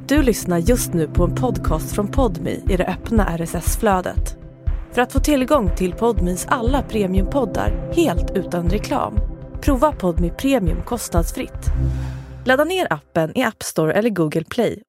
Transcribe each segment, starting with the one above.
Du lyssnar just nu på en podcast från Podme i det öppna RSS-flödet. För att få tillgång till Podmes alla premiumpoddar helt utan reklam, prova Podme Premium kostnadsfritt. Ladda ner appen i App Store eller Google Play.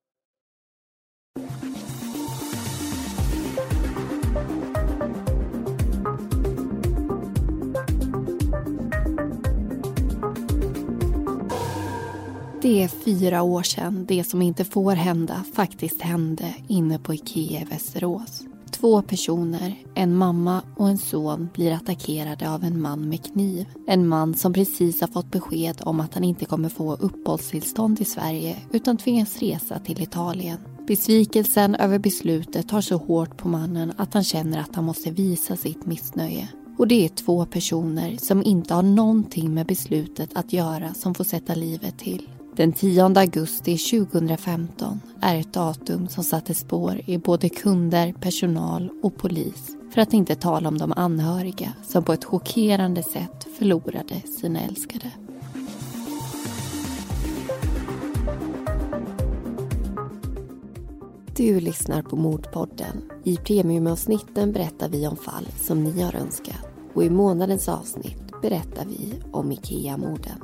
Det är 4 år sedan det som inte får hända faktiskt hände inne på IKEA i Västerås. 2 personer, en mamma och en son, blir attackerade av en man med kniv. En man som precis har fått besked om att han inte kommer få uppehållstillstånd i Sverige utan tvingas resa till Italien. Besvikelsen över beslutet tar så hårt på mannen att han känner att han måste visa sitt missnöje. Och det är 2 personer som inte har någonting med beslutet att göra som får sätta livet till. Den 10 augusti 2015 är ett datum som satte spår i både kunder, personal och polis. För att inte tala om de anhöriga som på ett chockerande sätt förlorade sina älskade. Du lyssnar på Mordpodden. I premiumavsnitten berättar vi om fall som ni har önskat. Och i månadens avsnitt berättar vi om IKEA-morden.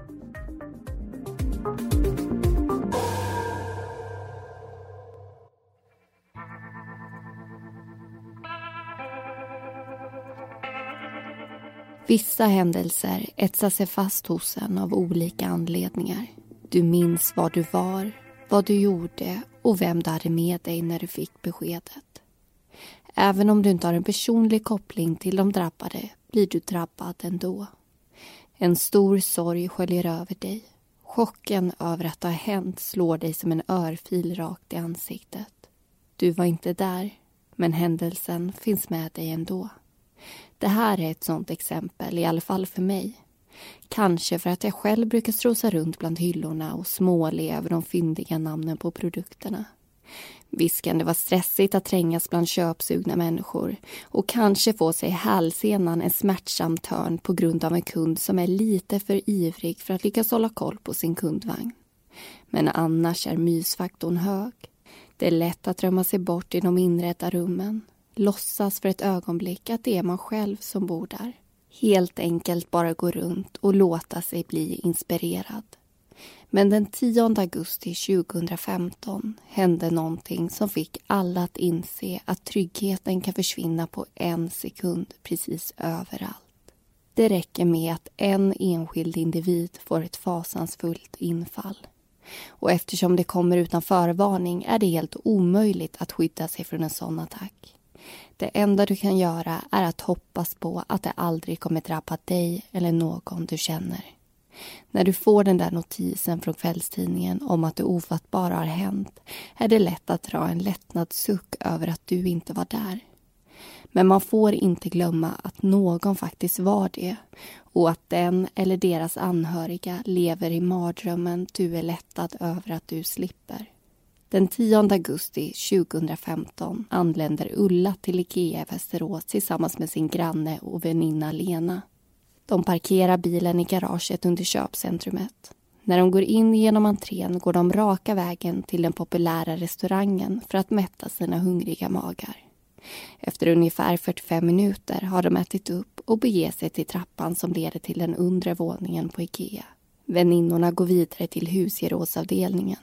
Vissa händelser etsar sig fast hos en av olika anledningar. Du minns var du var, vad du gjorde och vem du hade med dig när du fick beskedet. Även om du inte har en personlig koppling till de drabbade blir du drabbad ändå. En stor sorg sköljer över dig. Chocken över att det har hänt slår dig som en örfil rakt i ansiktet. Du var inte där, men händelsen finns med dig ändå. Det här är ett sånt exempel, i alla fall för mig. Kanske för att jag själv brukar strosa runt bland hyllorna och småle över de fyndiga namnen på produkterna. Visst kan det vara stressigt att trängas bland köpsugna människor och kanske få sig hälsenan en smärtsam törn på grund av en kund som är lite för ivrig för att lyckas hålla koll på sin kundvagn. Men annars är mysfaktorn hög. Det är lätt att drömma sig bort i de inredda rummen. Låtsas för ett ögonblick att det är man själv som bor där. Helt enkelt bara gå runt och låta sig bli inspirerad. Men den 10 augusti 2015 hände någonting som fick alla att inse att tryggheten kan försvinna på 1 sekund precis överallt. Det räcker med att en enskild individ får ett fasansfullt infall. Och eftersom det kommer utan förvarning är det helt omöjligt att skydda sig från en sån attack. Det enda du kan göra är att hoppas på att det aldrig kommer drabba dig eller någon du känner. När du får den där notisen från kvällstidningen om att det ofattbara har hänt är det lätt att dra en lättnadssuck över att du inte var där. Men man får inte glömma att någon faktiskt var det och att den eller deras anhöriga lever i mardrömmen du är lättad över att du slipper. Den 10 augusti 2015 anländer Ulla till IKEA i Västerås tillsammans med sin granne och väninna Lena. De parkerar bilen i garaget under köpcentrumet. När de går in genom entrén går de raka vägen till den populära restaurangen för att mätta sina hungriga magar. Efter ungefär 45 minuter har de ätit upp och beger sig till trappan som leder till den undre våningen på IKEA. Väninnorna går vidare till husgerådsavdelningen.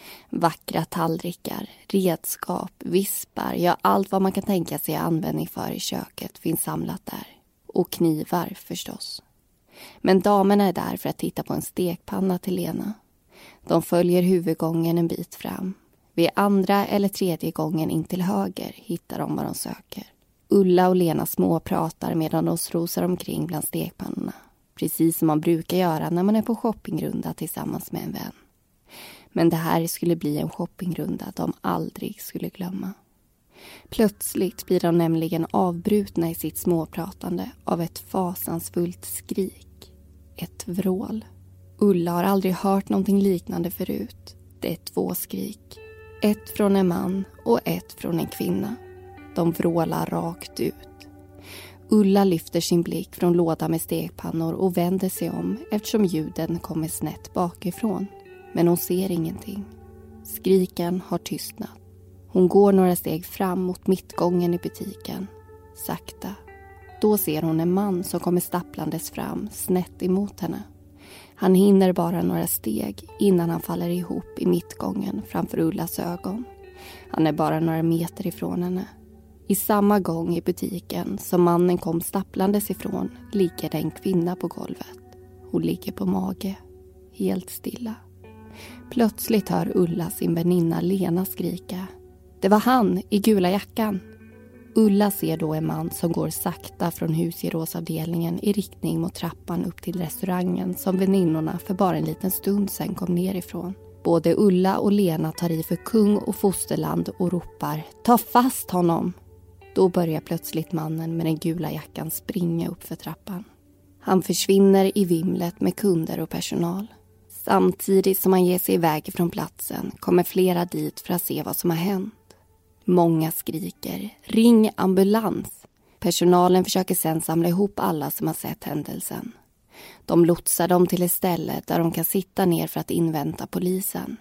Vackra tallrikar, redskap, vispar, ja allt vad man kan tänka sig användning för i köket finns samlat där. Och knivar förstås. Men damerna är där för att titta på en stekpanna till Lena. De följer huvudgången en bit fram. Vid andra eller tredje gången in till höger hittar de vad de söker. Ulla och Lena småpratar medan de strosar omkring bland stekpannorna. Precis som man brukar göra när man är på shoppingrunda tillsammans med en vän. Men det här skulle bli en shoppingrunda de aldrig skulle glömma. Plötsligt blir de nämligen avbrutna i sitt småpratande av ett fasansfullt skrik. Ett vrål. Ulla har aldrig hört någonting liknande förut. Det är 2 skrik. Ett från en man och ett från en kvinna. De vrålar rakt ut. Ulla lyfter sin blick från lådan med stekpannor och vänder sig om eftersom ljuden kommer snett bakifrån. Men hon ser ingenting. Skriken har tystnat. Hon går några steg fram mot mittgången i butiken. Sakta. Då ser hon en man som kommer stapplandes fram snett emot henne. Han hinner bara några steg innan han faller ihop i mittgången framför Ullas ögon. Han är bara några meter ifrån henne. I samma gång i butiken som mannen kom stapplandes ifrån ligger det en kvinna på golvet. Hon ligger på mage, helt stilla. Plötsligt hör Ulla sin väninna Lena skrika. Det var han i gula jackan. Ulla ser då en man som går sakta från husgeråsavdelningen i riktning mot trappan upp till restaurangen som väninnorna för bara en liten stund sedan kom ner ifrån. Både Ulla och Lena tar i för kung och fosterland och ropar ta fast honom. Då börjar plötsligt mannen med den gula jackan springa upp för trappan. Han försvinner i vimlet med kunder och personal. Samtidigt som han ger sig iväg från platsen kommer flera dit för att se vad som har hänt. Många skriker, ring ambulans. Personalen försöker sedan samla ihop alla som har sett händelsen. De lotsar dem till ett ställe där de kan sitta ner för att invänta polisen.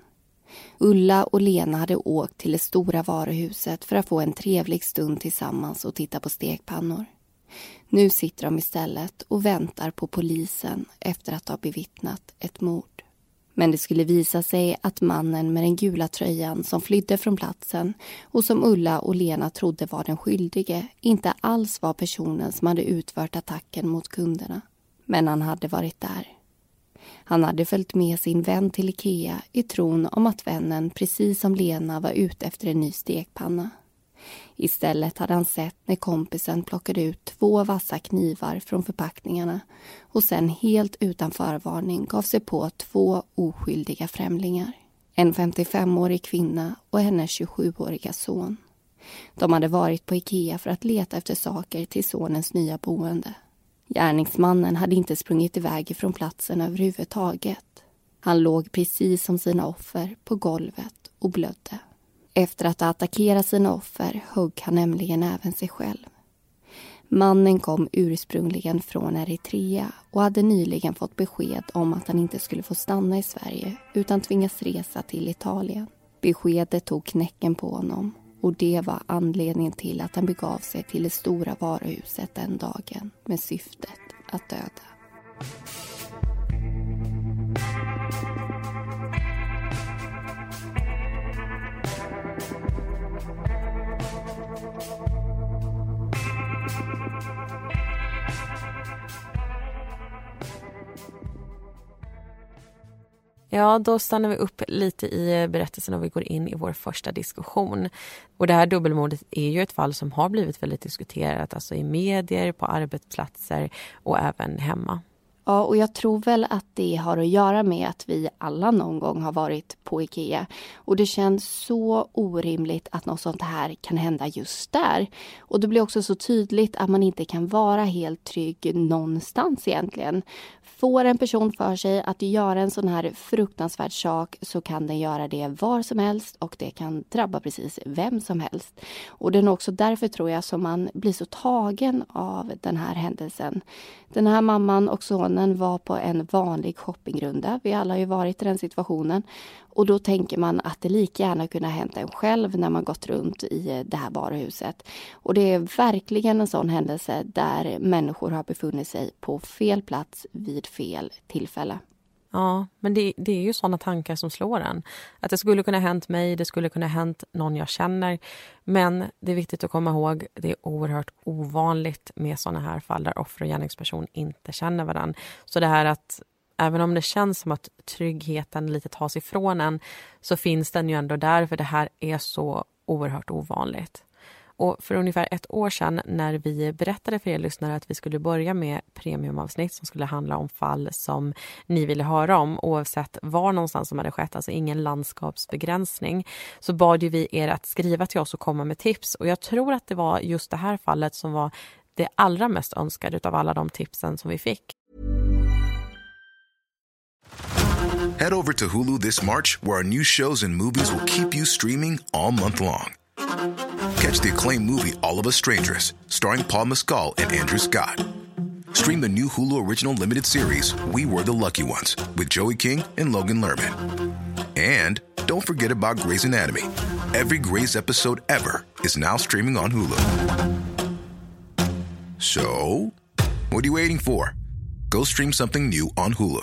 Ulla och Lena hade åkt till det stora varuhuset för att få en trevlig stund tillsammans och titta på stekpannor. Nu sitter de istället och väntar på polisen efter att ha bevittnat ett mord. Men det skulle visa sig att mannen med den gula tröjan som flydde från platsen och som Ulla och Lena trodde var den skyldige inte alls var personen som hade utfört attacken mot kunderna. Men han hade varit där. Han hade följt med sin vän till Ikea i tron om att vännen precis som Lena var ute efter en ny stekpanna. Istället hade han sett när kompisen plockade ut 2 vassa knivar från förpackningarna och sen helt utan förvarning gav sig på 2 oskyldiga främlingar. En 55-årig kvinna och hennes 27-åriga son. De hade varit på Ikea för att leta efter saker till sonens nya boende. Gärningsmannen hade inte sprungit iväg från platsen överhuvudtaget. Han låg precis som sina offer på golvet och blödde. Efter att ha attackerat sina offer högg han nämligen även sig själv. Mannen kom ursprungligen från Eritrea och hade nyligen fått besked om att han inte skulle få stanna i Sverige utan tvingas resa till Italien. Beskedet tog knäcken på honom och det var anledningen till att han begav sig till det stora varuhuset den dagen med syftet att döda. Ja, då stannar vi upp lite i berättelsen och vi går in i vår första diskussion. Och det här dubbelmordet är ju ett fall som har blivit väldigt diskuterat, alltså i medier, på arbetsplatser och även hemma. Ja, och jag tror väl att det har att göra med att vi alla någon gång har varit på Ikea. Och det känns så orimligt att något sånt här kan hända just där. Och det blir också så tydligt att man inte kan vara helt trygg någonstans egentligen. Får en person för sig att göra en sån här fruktansvärd sak så kan den göra det var som helst och det kan drabba precis vem som helst. Och det är också därför tror jag som man blir så tagen av den här händelsen. Den här mamman och sonen var på en vanlig shoppingrunda. Vi alla har ju varit i den situationen. Och då tänker man att det lika gärna kunde ha hänt en själv när man gått runt i det här varuhuset. Och det är verkligen en sån händelse där människor har befunnit sig på fel plats vid fel tillfälle. Ja, men det är ju sådana tankar som slår en. Att det skulle kunna ha hänt mig, det skulle kunna ha hänt någon jag känner. Men det är viktigt att komma ihåg, det är oerhört ovanligt med sådana här fall där offer och gärningsperson inte känner varandra. Så det här att även om det känns som att tryggheten lite tas ifrån en så finns den ju ändå där för det här är så oerhört ovanligt. Och för ungefär 1 år sedan när vi berättade för er lyssnare att vi skulle börja med premiumavsnitt som skulle handla om fall som ni ville höra om oavsett var någonstans som hade skett, alltså ingen landskapsbegränsning, så bad ju vi er att skriva till oss och komma med tips. Och jag tror att det var just det här fallet som var det allra mest önskade av alla de tipsen som vi fick. Head over to Hulu this March, where our new shows and movies will keep you streaming all month long. Catch the acclaimed movie All of Us Strangers, starring Paul Mescal and Andrew Scott. Stream the new Hulu original limited series We Were the Lucky Ones with Joey King and Logan Lerman. And don't forget about Grey's Anatomy. Every Grey's episode ever is now streaming on Hulu. So, what are you waiting for? Go stream something new on Hulu.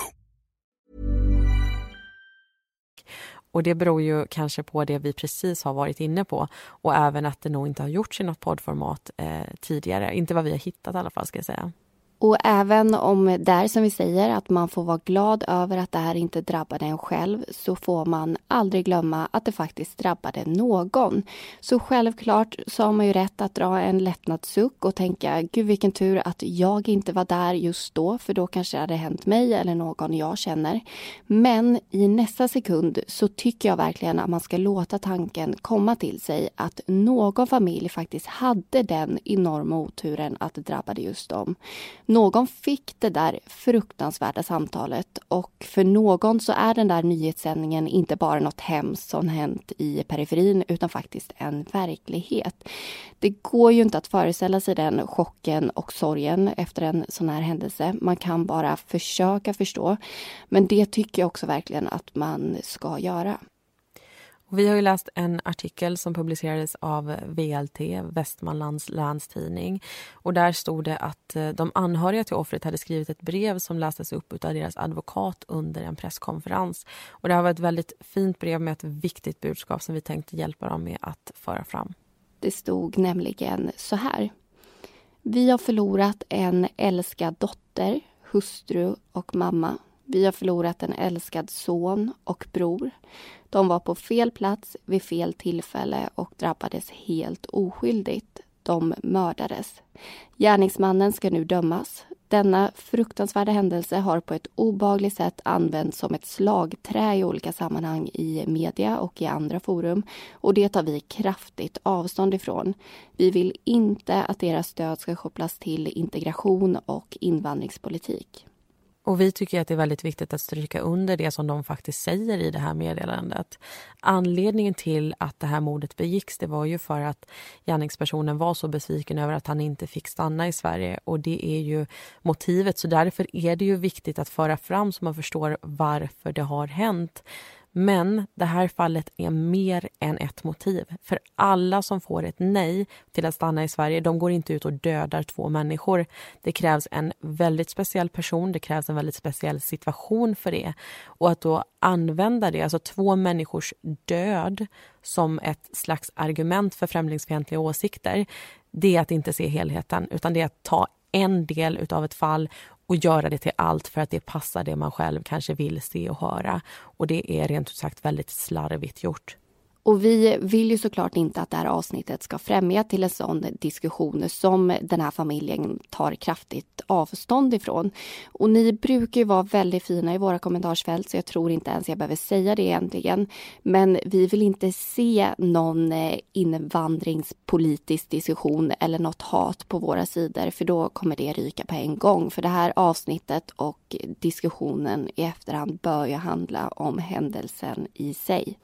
Och det beror ju kanske på det vi precis har varit inne på. Och även att det nog inte har gjorts i något poddformat tidigare. Inte vad vi har hittat i alla fall, ska jag säga. Och även om där som vi säger att man får vara glad över att det här inte drabbade en själv, så får man aldrig glömma att det faktiskt drabbade någon. Så självklart så har man ju rätt att dra en lättnadssuck och tänka, gud vilken tur att jag inte var där just då, för då kanske det hade hänt mig eller någon jag känner. Men i nästa sekund så tycker jag verkligen att man ska låta tanken komma till sig att någon familj faktiskt hade den enorma oturen att det drabbade just dem. Någon fick det där fruktansvärda samtalet, och för någon så är den där nyhetssändningen inte bara något hemskt som hänt i periferin utan faktiskt en verklighet. Det går ju inte att föreställa sig den chocken och sorgen efter en sån här händelse. Man kan bara försöka förstå, men det tycker jag också verkligen att man ska göra. Vi har ju läst en artikel som publicerades av VLT, Västmanlands länstidning. Och där stod det att de anhöriga till offret hade skrivit ett brev som lästes upp av deras advokat under en presskonferens. Och det här var ett väldigt fint brev med ett viktigt budskap som vi tänkte hjälpa dem med att föra fram. Det stod nämligen så här. Vi har förlorat en älskad dotter, hustru och mamma. Vi har förlorat en älskad son och bror. De var på fel plats vid fel tillfälle och drabbades helt oskyldigt. De mördades. Gärningsmannen ska nu dömas. Denna fruktansvärda händelse har på ett obehagligt sätt använts som ett slagträ i olika sammanhang i media och i andra forum. Och det tar vi kraftigt avstånd ifrån. Vi vill inte att deras stöd ska kopplas till integration och invandringspolitik. Och vi tycker att det är väldigt viktigt att stryka under det som de faktiskt säger i det här meddelandet. Anledningen till att det här mordet begicks, det var ju för att gärningspersonen var så besviken över att han inte fick stanna i Sverige. Och det är ju motivet, så därför är det ju viktigt att föra fram så man förstår varför det har hänt. Men det här fallet är mer än ett motiv. För alla som får ett nej till att stanna i Sverige, de går inte ut och dödar 2 människor. Det krävs en väldigt speciell person, det krävs en väldigt speciell situation för det. Och att då använda det, alltså 2 människors död som ett slags argument för främlingsfientliga åsikter, det är att inte se helheten, utan det är att ta en del utav ett fall och göra det till allt för att det passar det man själv kanske vill se och höra. Och det är rent ut sagt väldigt slarvigt gjort. Och vi vill ju såklart inte att det här avsnittet ska främja till en sån diskussion som den här familjen tar kraftigt avstånd ifrån. Och ni brukar ju vara väldigt fina i våra kommentarsfält, så jag tror inte ens jag behöver säga det egentligen. Men vi vill inte se någon invandringspolitisk diskussion eller något hat på våra sidor, för då kommer det ryka på en gång. För det här avsnittet och diskussionen i efterhand bör ju handla om händelsen i sig.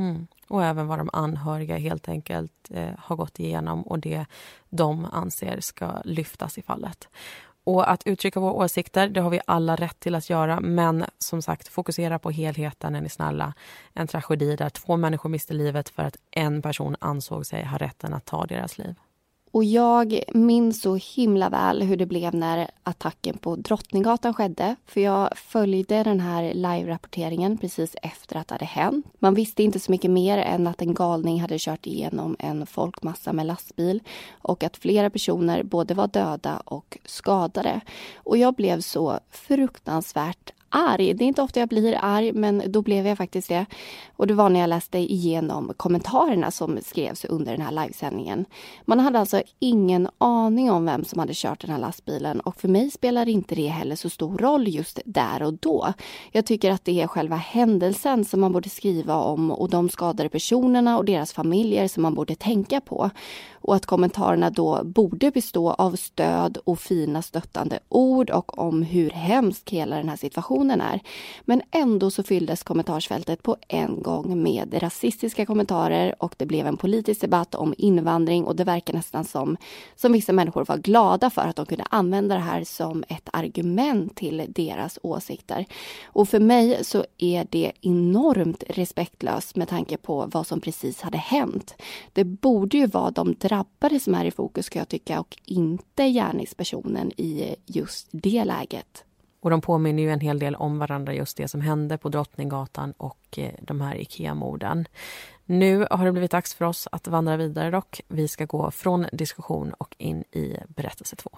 Och även vad de anhöriga helt enkelt har gått igenom och det de anser ska lyftas i fallet. Och att uttrycka våra åsikter, det har vi alla rätt till att göra. Men som sagt, fokusera på helheten, är ni snälla. En tragedi där 2 människor miste livet för att en person ansåg sig ha rätten att ta deras liv. Och jag minns så himla väl hur det blev när attacken på Drottninggatan skedde. För jag följde den här live-rapporteringen precis efter att det hade hänt. Man visste inte så mycket mer än att en galning hade kört igenom en folkmassa med lastbil. Och att flera personer både var döda och skadade. Och jag blev så fruktansvärt arg. Det är inte ofta jag blir arg, men då blev jag faktiskt det. Och det var när jag läste igenom kommentarerna som skrevs under den här livesändningen. Man hade alltså ingen aning om vem som hade kört den här lastbilen, och för mig spelar inte det heller så stor roll just där och då. Jag tycker att det är själva händelsen som man borde skriva om, och de skadade personerna och deras familjer som man borde tänka på. Och att kommentarerna då borde bestå av stöd och fina stöttande ord och om hur hemsk hela den här situationen situationen är. Men ändå så fylldes kommentarsfältet på en gång med rasistiska kommentarer och det blev en politisk debatt om invandring och det verkar nästan som vissa människor var glada för att de kunde använda det här som ett argument till deras åsikter. Och för mig så är det enormt respektlöst med tanke på vad som precis hade hänt. Det borde ju vara de drabbade som är i fokus, kan jag tycka, och inte gärningspersonen i just det läget. Och de påminner ju en hel del om varandra, just det som hände på Drottninggatan och de här IKEA-morden. Nu har det blivit dags för oss att vandra vidare dock. Vi ska gå från diskussion och in i berättelse 2.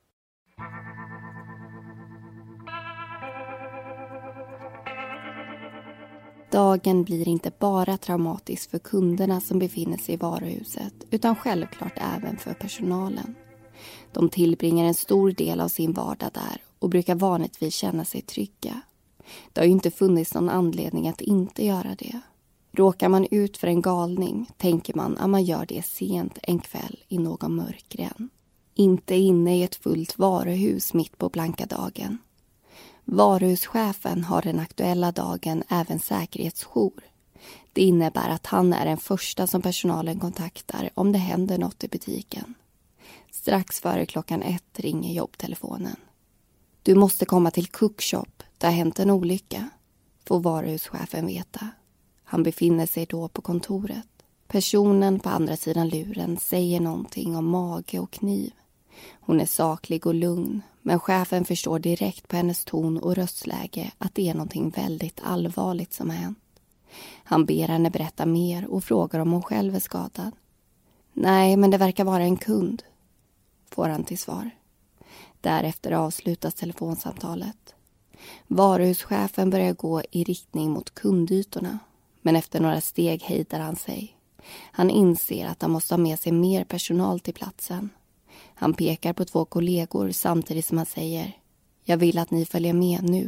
Dagen blir inte bara traumatisk för kunderna som befinner sig i varuhuset utan självklart även för personalen. De tillbringar en stor del av sin vardag där och brukar vanligtvis känna sig trygga. Det har ju inte funnits någon anledning att inte göra det. Råkar man ut för en galning tänker man att man gör det sent en kväll i någon mörk gränd. Inte inne i ett fullt varuhus mitt på blanka dagen. Varuhuschefen har den aktuella dagen även säkerhetsjour. Det innebär att han är den första som personalen kontaktar om det händer något i butiken. Strax före 1:00 ringer jobbtelefonen. Du måste komma till Cookshop, det har hänt en olycka, får varuhuschefen veta. Han befinner sig då på kontoret. Personen på andra sidan luren säger någonting om mage och kniv. Hon är saklig och lugn, men chefen förstår direkt på hennes ton och röstläge att det är någonting väldigt allvarligt som har hänt. Han ber henne berätta mer och frågar om hon själv är skadad. Nej, men det verkar vara en kund, får han till svar. Därefter avslutas telefonsamtalet. Varuhuschefen börjar gå i riktning mot kundytorna, men efter några steg hejdar han sig. Han inser att han måste ha med sig mer personal till platsen. Han pekar på 2 kollegor samtidigt som han säger: jag vill att ni följer med nu.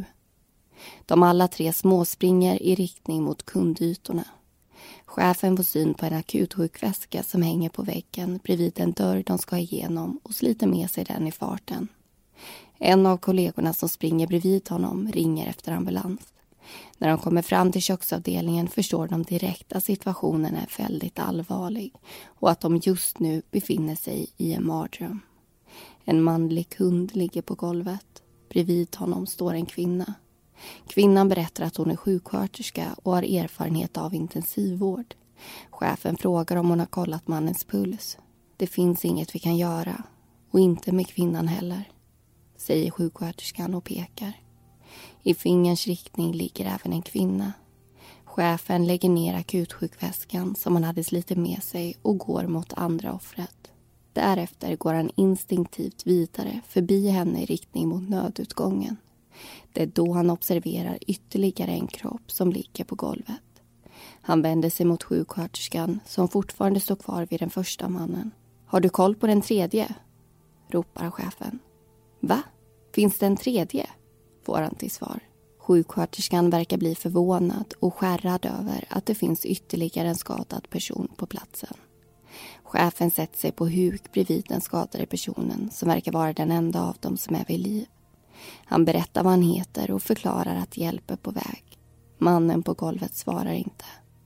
De alla 3 småspringer i riktning mot kundytorna. Chefen får syn på en akutsjukväska som hänger på väggen bredvid en dörr de ska igenom och sliter med sig den i farten. En av kollegorna som springer bredvid honom ringer efter ambulans. När de kommer fram till köksavdelningen förstår de direkt att situationen är väldigt allvarlig och att de just nu befinner sig i en mardröm. En manlig kund ligger på golvet. Bredvid honom står en kvinna. Kvinnan berättar att hon är sjuksköterska och har erfarenhet av intensivvård. Chefen frågar om hon har kollat mannens puls. Det finns inget vi kan göra och inte med kvinnan heller, säger sjuksköterskan och pekar. I fingerns riktning ligger även en kvinna. Chefen lägger ner akutsjukväskan som han hade slitit med sig och går mot andra offret. Därefter går han instinktivt vidare förbi henne i riktning mot nödutgången. Det är då han observerar ytterligare en kropp som ligger på golvet. Han vänder sig mot sjuksköterskan som fortfarande står kvar vid den första mannen. Har du koll på den tredje? Ropar chefen. Va? Finns det en tredje? Får han till svar. Sjuksköterskan verkar bli förvånad och skärrad över att det finns ytterligare en skadad person på platsen. Chefen sätter sig på huk bredvid den skadade personen som verkar vara den enda av dem som är vid liv. Han berättar vad han heter och förklarar att hjälp är på väg. Mannen på golvet svarar inte.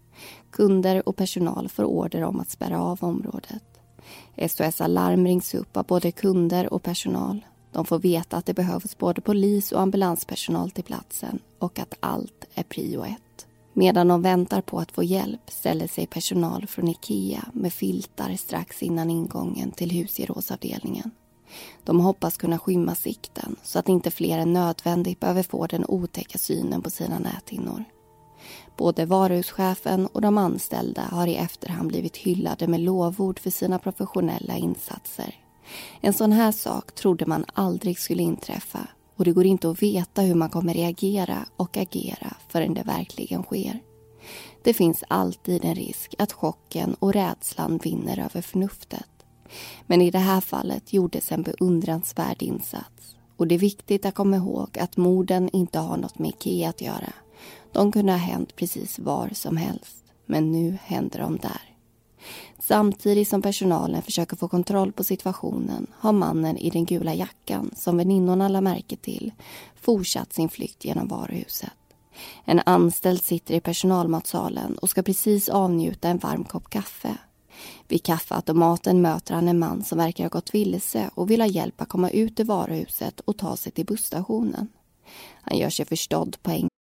Kunder och personal får order om att spärra av området. SOS-alarm rings upp av både kunder och personal. De får veta att det behövs både polis och ambulanspersonal till platsen och att allt är prio 1. Medan de väntar på att få hjälp ställer sig personal från IKEA med filtar strax innan ingången till husgerådsavdelningen. De hoppas kunna skymma sikten så att inte fler än nödvändigt behöver få den otäcka synen på sina näthinnor. Både varuhuschefen och de anställda har i efterhand blivit hyllade med lovord för sina professionella insatser. En sån här sak trodde man aldrig skulle inträffa och det går inte att veta hur man kommer reagera och agera förrän det verkligen sker. Det finns alltid en risk att chocken och rädslan vinner över förnuftet. Men i det här fallet gjordes en beundransvärd insats. Och det är viktigt att komma ihåg att morden inte har något med IKEA att göra. De kunde ha hänt precis var som helst. Men nu händer de där. Samtidigt som personalen försöker få kontroll på situationen har mannen i den gula jackan, som väninnorna la märke till, fortsatt sin flykt genom varuhuset. En anställd sitter i personalmatsalen och ska precis avnjuta en varm kopp kaffe. Vid kaffeautomaten möter han en man som verkar ha gått vilse och vill ha hjälp att komma ut ur varuhuset och ta sig till busstationen. Han gör sig förstådd på engelska.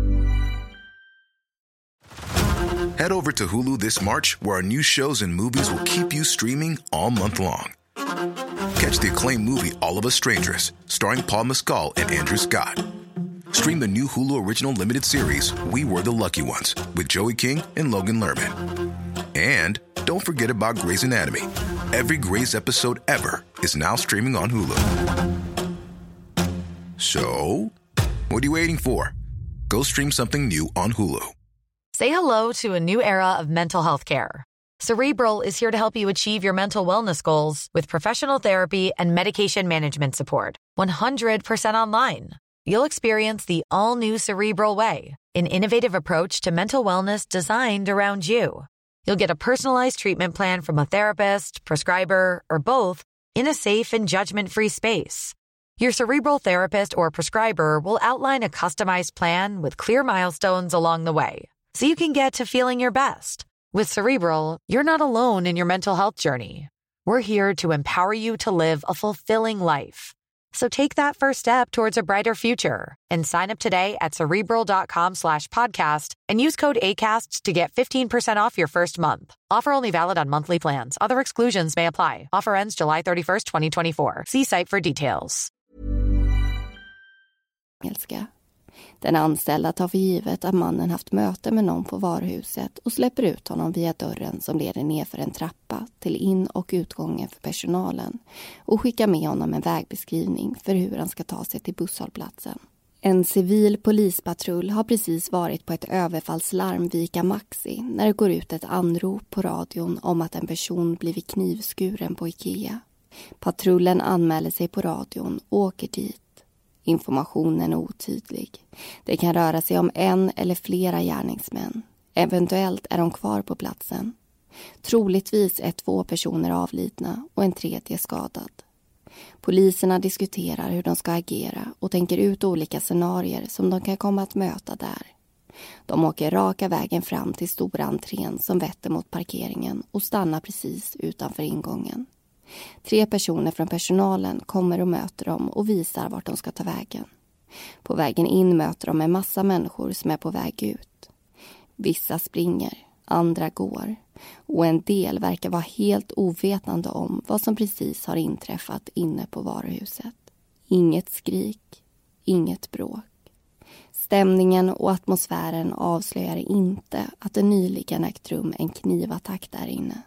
Head over to Hulu this March, where our new shows and movies will keep you streaming all month long. Catch the acclaimed movie All of Us Strangers, starring Paul Mescal and Andrew Scott. Stream the new Hulu original limited series We Were the Lucky Ones with Joey King and Logan Lerman. And don't forget about Grey's Anatomy. Every Grey's episode ever is now streaming on Hulu. So, what are you waiting for? Go stream something new on Hulu. Say hello to a new era of mental health care. Cerebral is here to help you achieve your mental wellness goals with professional therapy and medication management support. 100% online. You'll experience the all-new Cerebral Way, an innovative approach to mental wellness designed around you. You'll get a personalized treatment plan from a therapist, prescriber, or both in a safe and judgment-free space. Your Cerebral therapist or prescriber will outline a customized plan with clear milestones along the way, so you can get to feeling your best. With Cerebral, you're not alone in your mental health journey. We're here to empower you to live a fulfilling life. So take that first step towards a brighter future and sign up today at Cerebral.com/podcast and use code ACAST to get 15% off your first month. Offer only valid on monthly plans. Other exclusions may apply. Offer ends July 31st, 2024. See site for details. Den anställda tar för givet att mannen haft möte med någon på varuhuset och släpper ut honom via dörren som leder ner för en trappa till in- och utgången för personalen och skickar med honom en vägbeskrivning för hur han ska ta sig till busshållplatsen. En civil polispatrull har precis varit på ett överfallslarm vid ICA Maxi när det går ut ett anrop på radion om att en person blivit knivskuren på Ikea. Patrullen anmäler sig på radion och åker dit. Informationen är otydlig. Det kan röra sig om en eller flera gärningsmän. Eventuellt är de kvar på platsen. Troligtvis är 2 personer avlidna och en 3:e skadad. Poliserna diskuterar hur de ska agera och tänker ut olika scenarier som de kan komma att möta där. De åker raka vägen fram till stora entrén som vetter mot parkeringen och stannar precis utanför ingången. 3 personer från personalen kommer och möter dem och visar vart de ska ta vägen. På vägen in möter de en massa människor som är på väg ut. Vissa springer, andra går och en del verkar vara helt ovetande om vad som precis har inträffat inne på varuhuset. Inget skrik, inget bråk. Stämningen och atmosfären avslöjar inte att det nyligen ägt rum en knivattack där inne.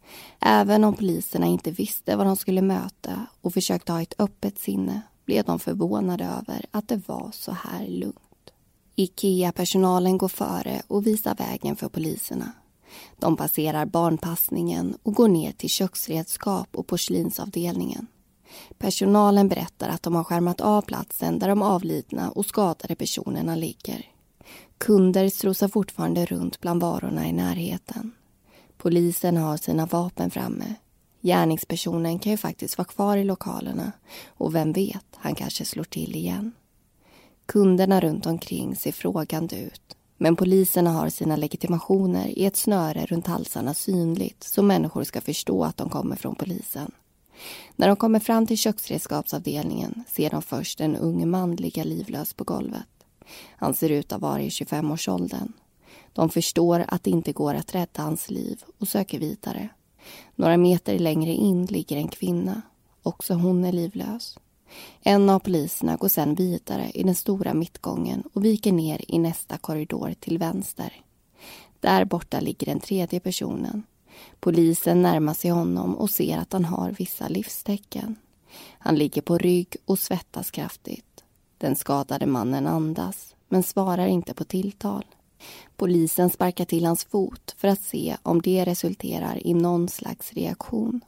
Även om poliserna inte visste vad de skulle möta och försökte ha ett öppet sinne blev de förvånade över att det var så här lugnt. IKEA-personalen går före och visar vägen för poliserna. De passerar barnpassningen och går ner till köksredskap och porslinsavdelningen. Personalen berättar att de har skärmat av platsen där de avlidna och skadade personerna ligger. Kunder strosar fortfarande runt bland varorna i närheten. Polisen har sina vapen framme. Gärningspersonen kan ju faktiskt vara kvar i lokalerna och vem vet, han kanske slår till igen. Kunderna runt omkring ser frågande ut. Men poliserna har sina legitimationer i ett snöre runt halsarna synligt så människor ska förstå att de kommer från polisen. När de kommer fram till köksredskapsavdelningen ser de först en ung man ligga livlös på golvet. Han ser ut att vara i 25-årsåldern. De förstår att det inte går att rädda hans liv och söker vidare. Några meter längre in ligger en kvinna. Också hon är livlös. En av poliserna går sedan vidare i den stora mittgången och viker ner i nästa korridor till vänster. Där borta ligger den 3:e personen. Polisen närmar sig honom och ser att han har vissa livstecken. Han ligger på rygg och svettas kraftigt. Den skadade mannen andas men svarar inte på tilltal. Polisen sparkar till hans fot för att se om det resulterar i någon slags reaktion.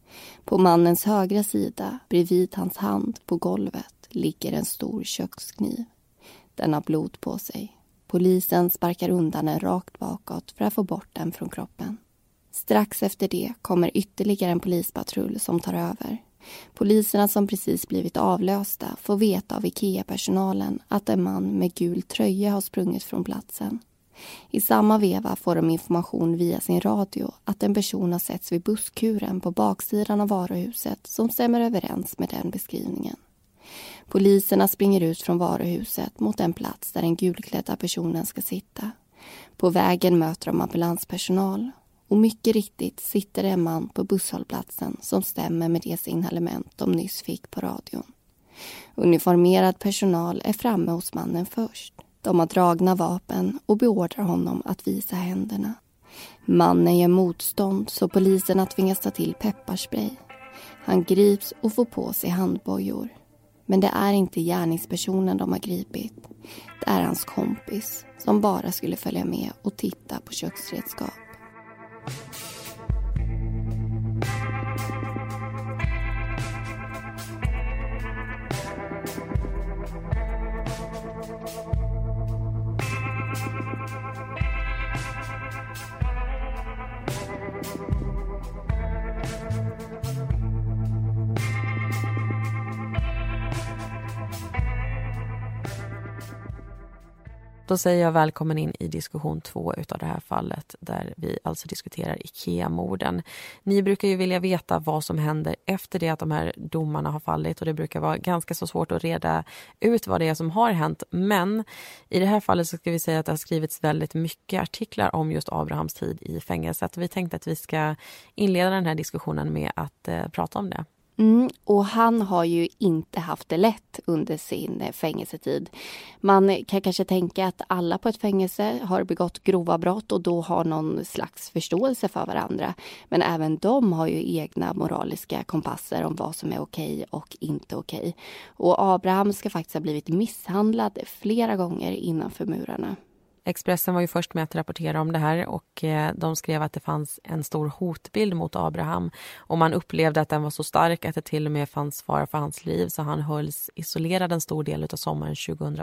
På mannens högra sida, bredvid hans hand på golvet, ligger en stor kökskniv. Den har blod på sig. Polisen sparkar undan den rakt bakåt för att få bort den från kroppen. Strax efter det kommer ytterligare en polispatrull som tar över. Poliserna som precis blivit avlösta får veta av IKEA-personalen att en man med gul tröja har sprungit från platsen. I samma veva får de information via sin radio att en person har setts vid busskuren på baksidan av varuhuset som stämmer överens med den beskrivningen. Poliserna springer ut från varuhuset mot den plats där den gulklädda personen ska sitta. På vägen möter de ambulanspersonal. Och mycket riktigt sitter det en man på busshållplatsen som stämmer med det signalement de nyss fick på radion. Uniformerad personal är framme hos mannen först. De har dragna vapen och beordrar honom att visa händerna. Mannen gör motstånd så poliserna tvingas ta till pepparspray. Han grips och får på sig handbojor. Men det är inte gärningspersonen de har gripit. Det är hans kompis som bara skulle följa med och titta på köksredskap. Då säger jag välkommen in i diskussion 2 utav det här fallet där vi alltså diskuterar IKEA-morden. Ni brukar ju vilja veta vad som händer efter det att de här domarna har fallit och det brukar vara ganska så svårt att reda ut vad det är som har hänt. Men i det här fallet så ska vi säga att det har skrivits väldigt mycket artiklar om just Abrahams tid i fängelset. Vi tänkte att vi ska inleda den här diskussionen med att prata om det. Och han har ju inte haft det lätt under sin fängelsetid. Man kan kanske tänka att alla på ett fängelse har begått grova brott och då har någon slags förståelse för varandra. Men även de har ju egna moraliska kompasser om vad som är okej och inte okej. Och Abraham ska faktiskt ha blivit misshandlad flera gånger innanför murarna. Expressen var ju först med att rapportera om det här och de skrev att det fanns en stor hotbild mot Abraham och man upplevde att den var så stark att det till och med fanns fara för hans liv så han hölls isolerad en stor del av sommaren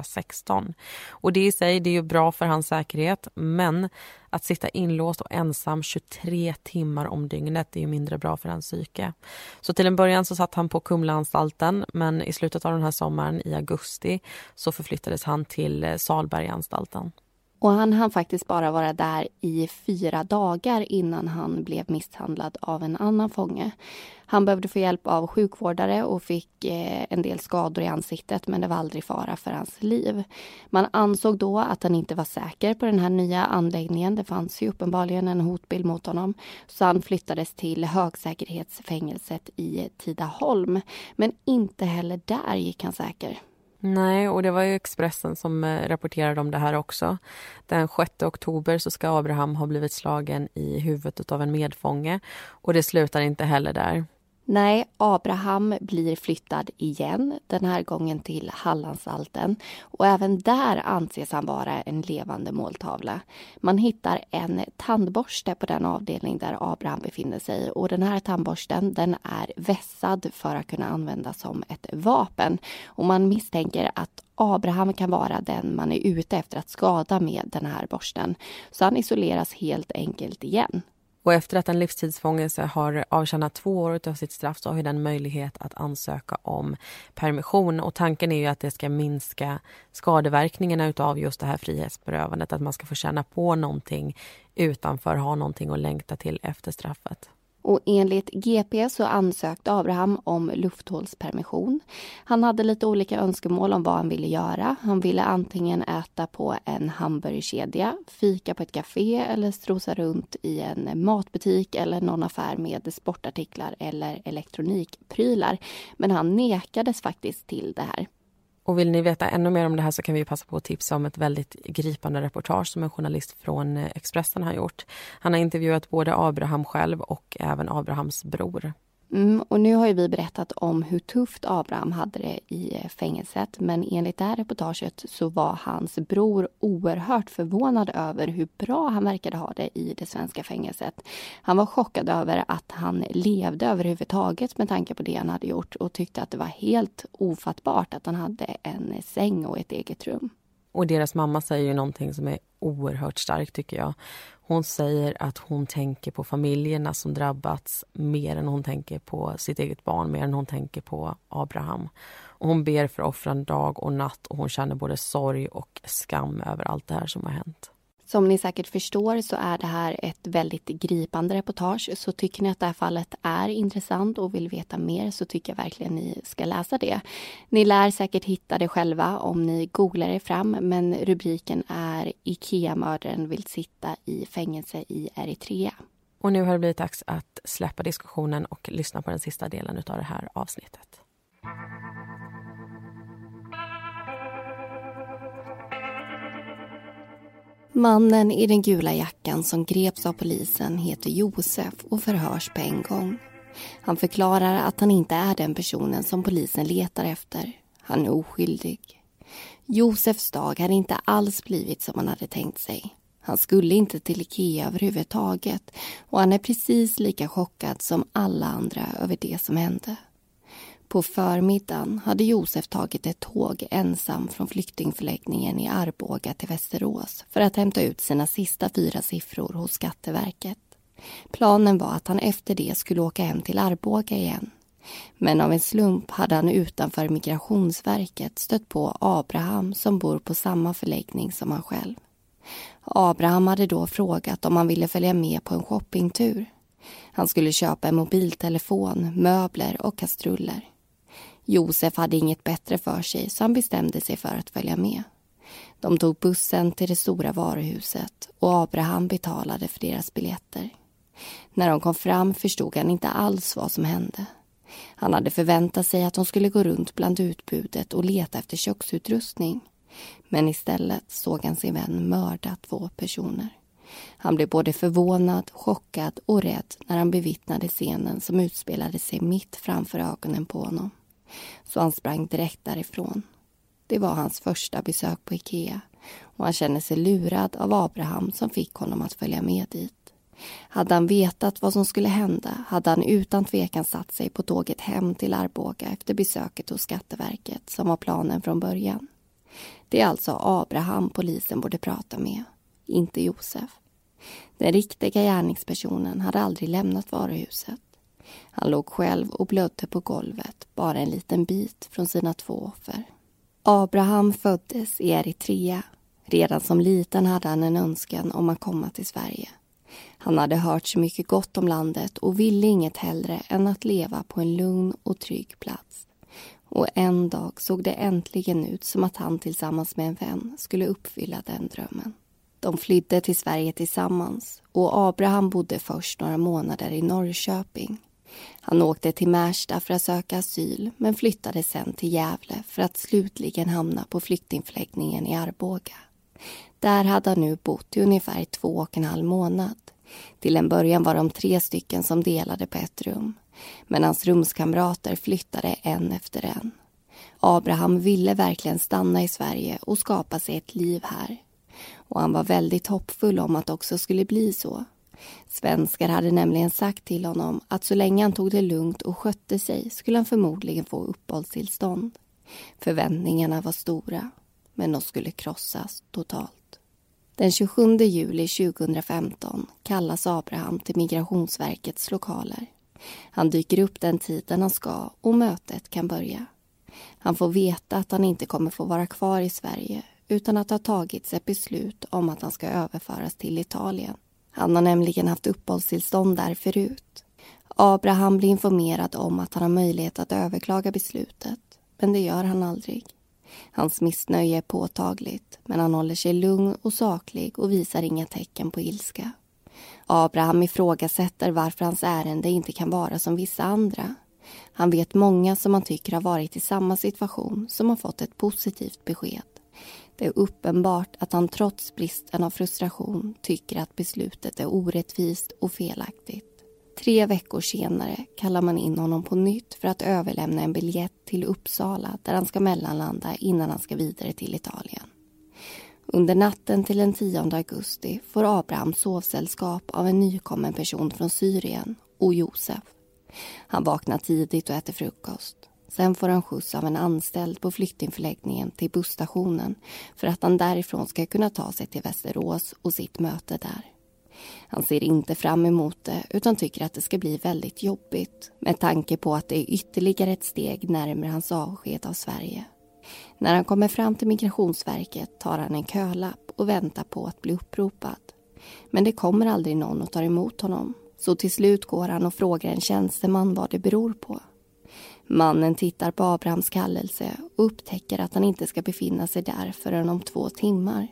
2016. Och det i sig, det är ju bra för hans säkerhet, men att sitta inlåst och ensam 23 timmar om dygnet det är ju mindre bra för hans psyke. Så till en början så satt han på Kumlaanstalten, men i slutet av den här sommaren i augusti så förflyttades han till Salberganstalten. Och han hann faktiskt bara vara där i 4 dagar innan han blev misshandlad av en annan fånge. Han behövde få hjälp av sjukvårdare och fick en del skador i ansiktet men det var aldrig fara för hans liv. Man ansåg då att han inte var säker på den här nya anläggningen. Det fanns ju uppenbarligen en hotbild mot honom. Så han flyttades till högsäkerhetsfängelset i Tidaholm. Men inte heller där gick han säker. Nej, och det var ju Expressen som rapporterade om det här också. Den 6 oktober så ska Abraham ha blivit slagen i huvudet av en medfånge och det slutar inte heller där. Nej, Abraham blir flyttad igen, den här gången till Hallandstalten. Och även där anses han vara en levande måltavla. Man hittar en tandborste på den avdelning där Abraham befinner sig. Och den här tandborsten den är vässad för att kunna användas som ett vapen. Och man misstänker att Abraham kan vara den man är ute efter att skada med den här borsten. Så han isoleras helt enkelt igen. Och efter att en livstidsfångelse har avtjänat 2 år av sitt straff så har den möjlighet att ansöka om permission. Och tanken är ju att det ska minska skadeverkningarna utav just det här frihetsberövandet. Att man ska få känna på någonting utanför, ha någonting att längta till efter straffet. Och enligt GP så ansökte Abraham om lufthålspermission. Han hade lite olika önskemål om vad han ville göra. Han ville antingen äta på en hamburgerkedja, fika på ett café eller strosa runt i en matbutik eller någon affär med sportartiklar eller elektronikprylar. Men han nekades faktiskt till det här. Och vill ni veta ännu mer om det här så kan vi passa på att tipsa om ett väldigt gripande reportage som en journalist från Expressen har gjort. Han har intervjuat både Abraham själv och även Abrahams bror. Och nu har ju vi berättat om hur tufft Abraham hade det i fängelset. Men enligt det här reportaget så var hans bror oerhört förvånad över hur bra han verkade ha det i det svenska fängelset. Han var chockad över att han levde överhuvudtaget med tanke på det han hade gjort. Och tyckte att det var helt ofattbart att han hade en säng och ett eget rum. Och deras mamma säger ju någonting som är oerhört stark tycker jag. Hon säger att hon tänker på familjerna som drabbats mer än hon tänker på sitt eget barn, mer än hon tänker på Abraham. Och hon ber för offren dag och natt och hon känner både sorg och skam över allt det här som har hänt. Som ni säkert förstår så är det här ett väldigt gripande reportage. Så tycker ni att det här fallet är intressant och vill veta mer så tycker jag verkligen ni ska läsa det. Ni lär säkert hitta det själva om ni googlar er fram, men rubriken är IKEA-mördaren vill sitta i fängelse i Eritrea. Och nu har det blivit dags att släppa diskussionen och lyssna på den sista delen av det här avsnittet. Mannen i den gula jackan som greps av polisen heter Josef och förhörs på en gång. Han förklarar att han inte är den personen som polisen letar efter. Han är oskyldig. Josefs dag hade inte alls blivit som han hade tänkt sig. Han skulle inte till IKEA överhuvudtaget och han är precis lika chockad som alla andra över det som hände. På förmiddagen hade Josef tagit ett tåg ensam från flyktingförläggningen i Arboga till Västerås för att hämta ut sina sista 4 siffror hos Skatteverket. Planen var att han efter det skulle åka hem till Arboga igen. Men av en slump hade han utanför Migrationsverket stött på Abraham som bor på samma förläggning som han själv. Abraham hade då frågat om han ville följa med på en shoppingtur. Han skulle köpa en mobiltelefon, möbler och kastruller. Josef hade inget bättre för sig så han bestämde sig för att följa med. De tog bussen till det stora varuhuset och Abraham betalade för deras biljetter. När de kom fram förstod han inte alls vad som hände. Han hade förväntat sig att de skulle gå runt bland utbudet och leta efter köksutrustning. Men istället såg han sin vän mörda 2 personer. Han blev både förvånad, chockad och rädd när han bevittnade scenen som utspelade sig mitt framför ögonen på honom. Så han sprang direkt därifrån. Det var hans första besök på IKEA och han kände sig lurad av Abraham som fick honom att följa med dit. Hade han vetat vad som skulle hända hade han utan tvekan satt sig på tåget hem till Arboga efter besöket hos Skatteverket som var planen från början. Det är alltså Abraham polisen borde prata med, inte Josef. Den riktiga gärningspersonen hade aldrig lämnat varuhuset. Han låg själv och blödde på golvet, bara en liten bit från sina 2 offer. Abraham föddes i Eritrea. Redan som liten hade han en önskan om att komma till Sverige. Han hade hört så mycket gott om landet och ville inget hellre än att leva på en lugn och trygg plats. Och en dag såg det äntligen ut som att han tillsammans med en vän skulle uppfylla den drömmen. De flydde till Sverige tillsammans och Abraham bodde först några månader i Norrköping. Han åkte till Märsta för att söka asyl men flyttade sen till Gävle för att slutligen hamna på flyktingförläggningen i Arboga. Där hade han nu bott i ungefär 2,5 månad. Till en början var de 3 stycken som delade på ett rum. Men hans rumskamrater flyttade en efter en. Abraham ville verkligen stanna i Sverige och skapa sig ett liv här. Och han var väldigt hoppfull om att också skulle bli så. Svenskar hade nämligen sagt till honom att så länge han tog det lugnt och skötte sig skulle han förmodligen få uppehållstillstånd. Förväntningarna var stora, men de skulle krossas totalt. Den 27 juli 2015 kallas Abraham till Migrationsverkets lokaler. Han dyker upp den tiden han ska och mötet kan börja. Han får veta att han inte kommer få vara kvar i Sverige utan att ha tagits ett beslut om att han ska överföras till Italien. Han har nämligen haft uppehållstillstånd där förut. Abraham blir informerad om att han har möjlighet att överklaga beslutet, men det gör han aldrig. Hans missnöje är påtagligt, men han håller sig lugn och saklig och visar inga tecken på ilska. Abraham ifrågasätter varför hans ärende inte kan vara som vissa andra. Han vet många som han tycker har varit i samma situation som har fått ett positivt besked. Det är uppenbart att han trots bristen av frustration tycker att beslutet är orättvist och felaktigt. 3 veckor senare kallar man in honom på nytt för att överlämna en biljett till Uppsala där han ska mellanlanda innan han ska vidare till Italien. Under natten till den 10 augusti får Abraham sovsällskap av en nykommen person från Syrien och Josef. Han vaknar tidigt och äter frukost. Sen får han skjuts av en anställd på flyktingförläggningen till busstationen för att han därifrån ska kunna ta sig till Västerås och sitt möte där. Han ser inte fram emot det utan tycker att det ska bli väldigt jobbigt med tanke på att det är ytterligare ett steg närmare hans avsked av Sverige. När han kommer fram till Migrationsverket tar han en kölapp och väntar på att bli uppropad. Men det kommer aldrig någon och tar emot honom. Så till slut går han och frågar en tjänsteman vad det beror på. Mannen tittar på Abrahams kallelse och upptäcker att han inte ska befinna sig där förrän om 2 timmar.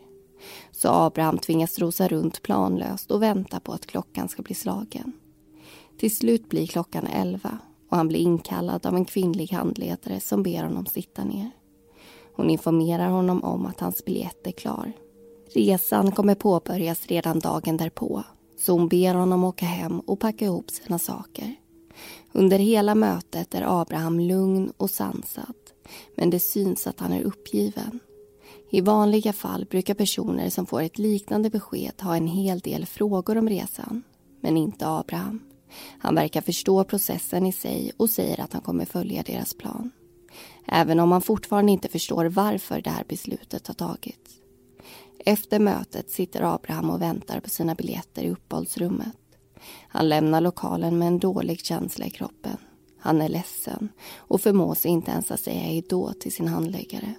Så Abraham tvingas rosa runt planlöst och vänta på att klockan ska bli slagen. Till slut blir klockan 11 och han blir inkallad av en kvinnlig handledare som ber honom sitta ner. Hon informerar honom om att hans biljett är klar. Resan kommer påbörjas redan dagen därpå, så hon ber honom åka hem och packa ihop sina saker. Under hela mötet är Abraham lugn och sansad, men det syns att han är uppgiven. I vanliga fall brukar personer som får ett liknande besked ha en hel del frågor om resan, men inte Abraham. Han verkar förstå processen i sig och säger att han kommer följa deras plan. Även om han fortfarande inte förstår varför det här beslutet har tagits. Efter mötet sitter Abraham och väntar på sina biljetter i uppehållsrummet. Han lämnar lokalen med en dålig känsla i kroppen. Han är ledsen och förmår sig inte ens att säga hejdå till sin handläggare.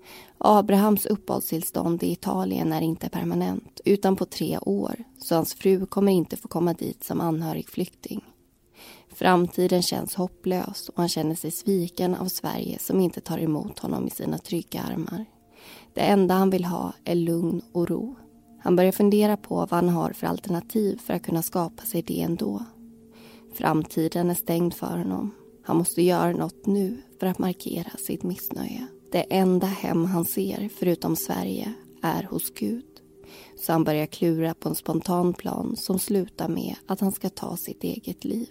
Abrahams uppehållstillstånd i Italien är inte permanent utan på 3 år, så hans fru kommer inte få komma dit som anhörig flykting. Framtiden känns hopplös och han känner sig sviken av Sverige som inte tar emot honom i sina trygga armar. Det enda han vill ha är lugn och ro. Han börjar fundera på vad han har för alternativ för att kunna skapa sig det ändå. Framtiden är stängd för honom. Han måste göra något nu för att markera sitt missnöje. Det enda hem han ser förutom Sverige är hos Gud. Så han börjar klura på en spontan plan som slutar med att han ska ta sitt eget liv.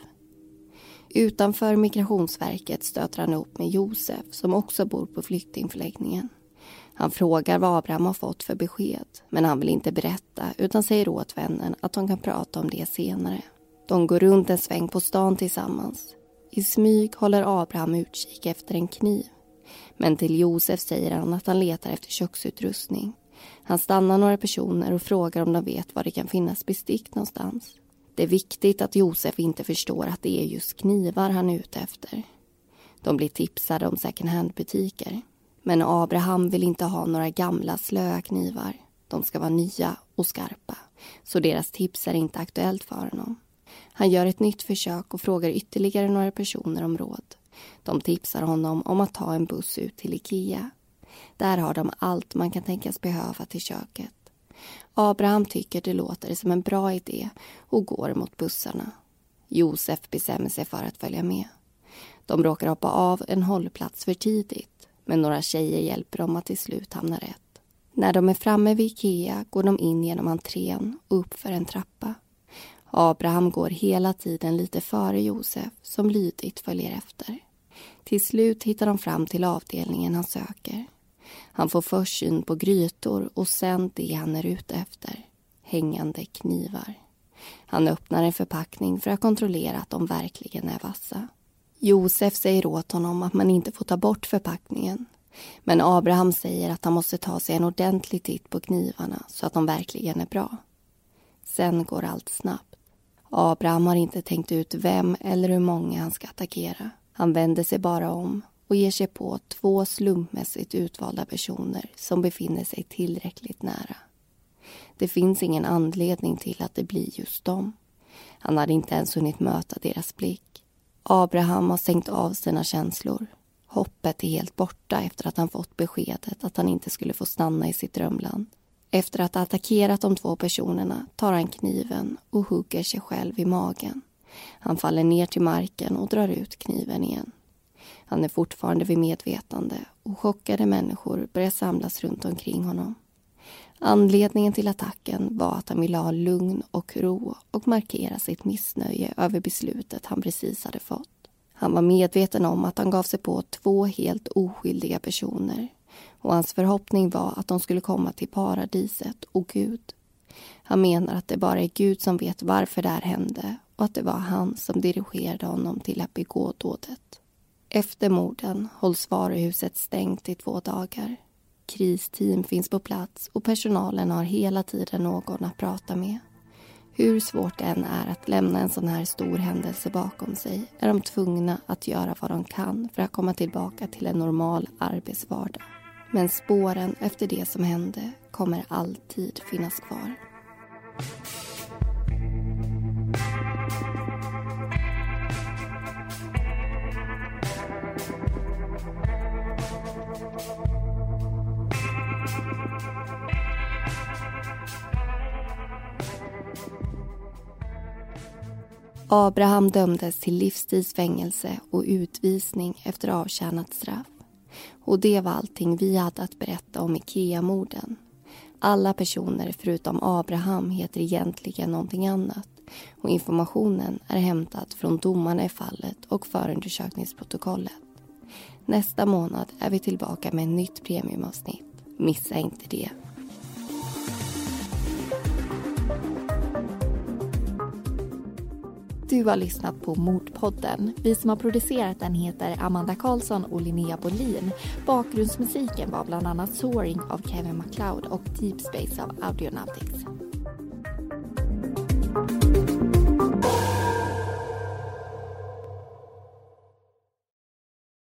Utanför Migrationsverket stöter han upp med Josef som också bor på flyktingförläggningen. Han frågar vad Abraham har fått för besked, men han vill inte berätta utan säger åt vännen att de kan prata om det senare. De går runt en sväng på stan tillsammans. I smyg håller Abraham utkik efter en kniv. Men till Josef säger han att han letar efter köksutrustning. Han stannar några personer och frågar om de vet var det kan finnas bestick någonstans. Det är viktigt att Josef inte förstår att det är just knivar han är ute efter. De blir tipsade om second hand-butiker. Men Abraham vill inte ha några gamla slöa knivar. De ska vara nya och skarpa. Så deras tips är inte aktuellt för honom. Han gör ett nytt försök och frågar ytterligare några personer om råd. De tipsar honom om att ta en buss ut till Ikea. Där har de allt man kan tänkas behöva till köket. Abraham tycker det låter som en bra idé och går mot bussarna. Josef bestämmer sig för att följa med. De råkar hoppa av en hållplats för tidigt, men några tjejer hjälper dem att till slut hamna rätt. När de är framme vid Ikea går de in genom entrén och upp för en trappa. Abraham går hela tiden lite före Josef som lydigt följer efter. Till slut hittar de fram till avdelningen han söker. Han får först syn på grytor och sen det han är ute efter. Hängande knivar. Han öppnar en förpackning för att kontrollera att de verkligen är vassa. Josef säger åt honom att man inte får ta bort förpackningen. Men Abraham säger att han måste ta sig en ordentlig titt på knivarna så att de verkligen är bra. Sen går allt snabbt. Abraham har inte tänkt ut vem eller hur många han ska attackera. Han vänder sig bara om och ger sig på 2 slumpmässigt utvalda personer som befinner sig tillräckligt nära. Det finns ingen anledning till att det blir just dem. Han hade inte ens hunnit möta deras blick. Abraham har stängt av sina känslor. Hoppet är helt borta efter att han fått beskedet att han inte skulle få stanna i sitt drömland. Efter att ha attackerat de 2 personerna tar han kniven och hugger sig själv i magen. Han faller ner till marken och drar ut kniven igen. Han är fortfarande vid medvetande och chockade människor börjar samlas runt omkring honom. Anledningen till attacken var att han ville ha lugn och ro och markera sitt missnöje över beslutet han precis hade fått. Han var medveten om att han gav sig på 2 helt oskyldiga personer och hans förhoppning var att de skulle komma till paradiset och Gud. Han menar att det bara är Gud som vet varför det här hände och att det var han som dirigerade honom till att begå dådet. Efter morden hålls varuhuset stängt i 2 dagar. Kristeam finns på plats och personalen har hela tiden någon att prata med. Hur svårt det än är att lämna en sån här stor händelse bakom sig är de tvungna att göra vad de kan för att komma tillbaka till en normal arbetsvardag. Men spåren efter det som hände kommer alltid finnas kvar. Abraham dömdes till livstidsfängelse och utvisning efter avtjänat straff. Och det var allting vi hade att berätta om IKEA-morden. Alla personer förutom Abraham heter egentligen någonting annat. Och informationen är hämtad från domarna i fallet och förundersökningsprotokollet. Nästa månad är vi tillbaka med ett nytt premiumavsnitt. Missa inte det. Du har lyssnat på Mordpodden. Vi som har producerat den heter Amanda Karlsson och Linnea Bolin. Bakgrundsmusiken var bland annat Soaring av Kevin MacLeod och Deep Space av Audionautics.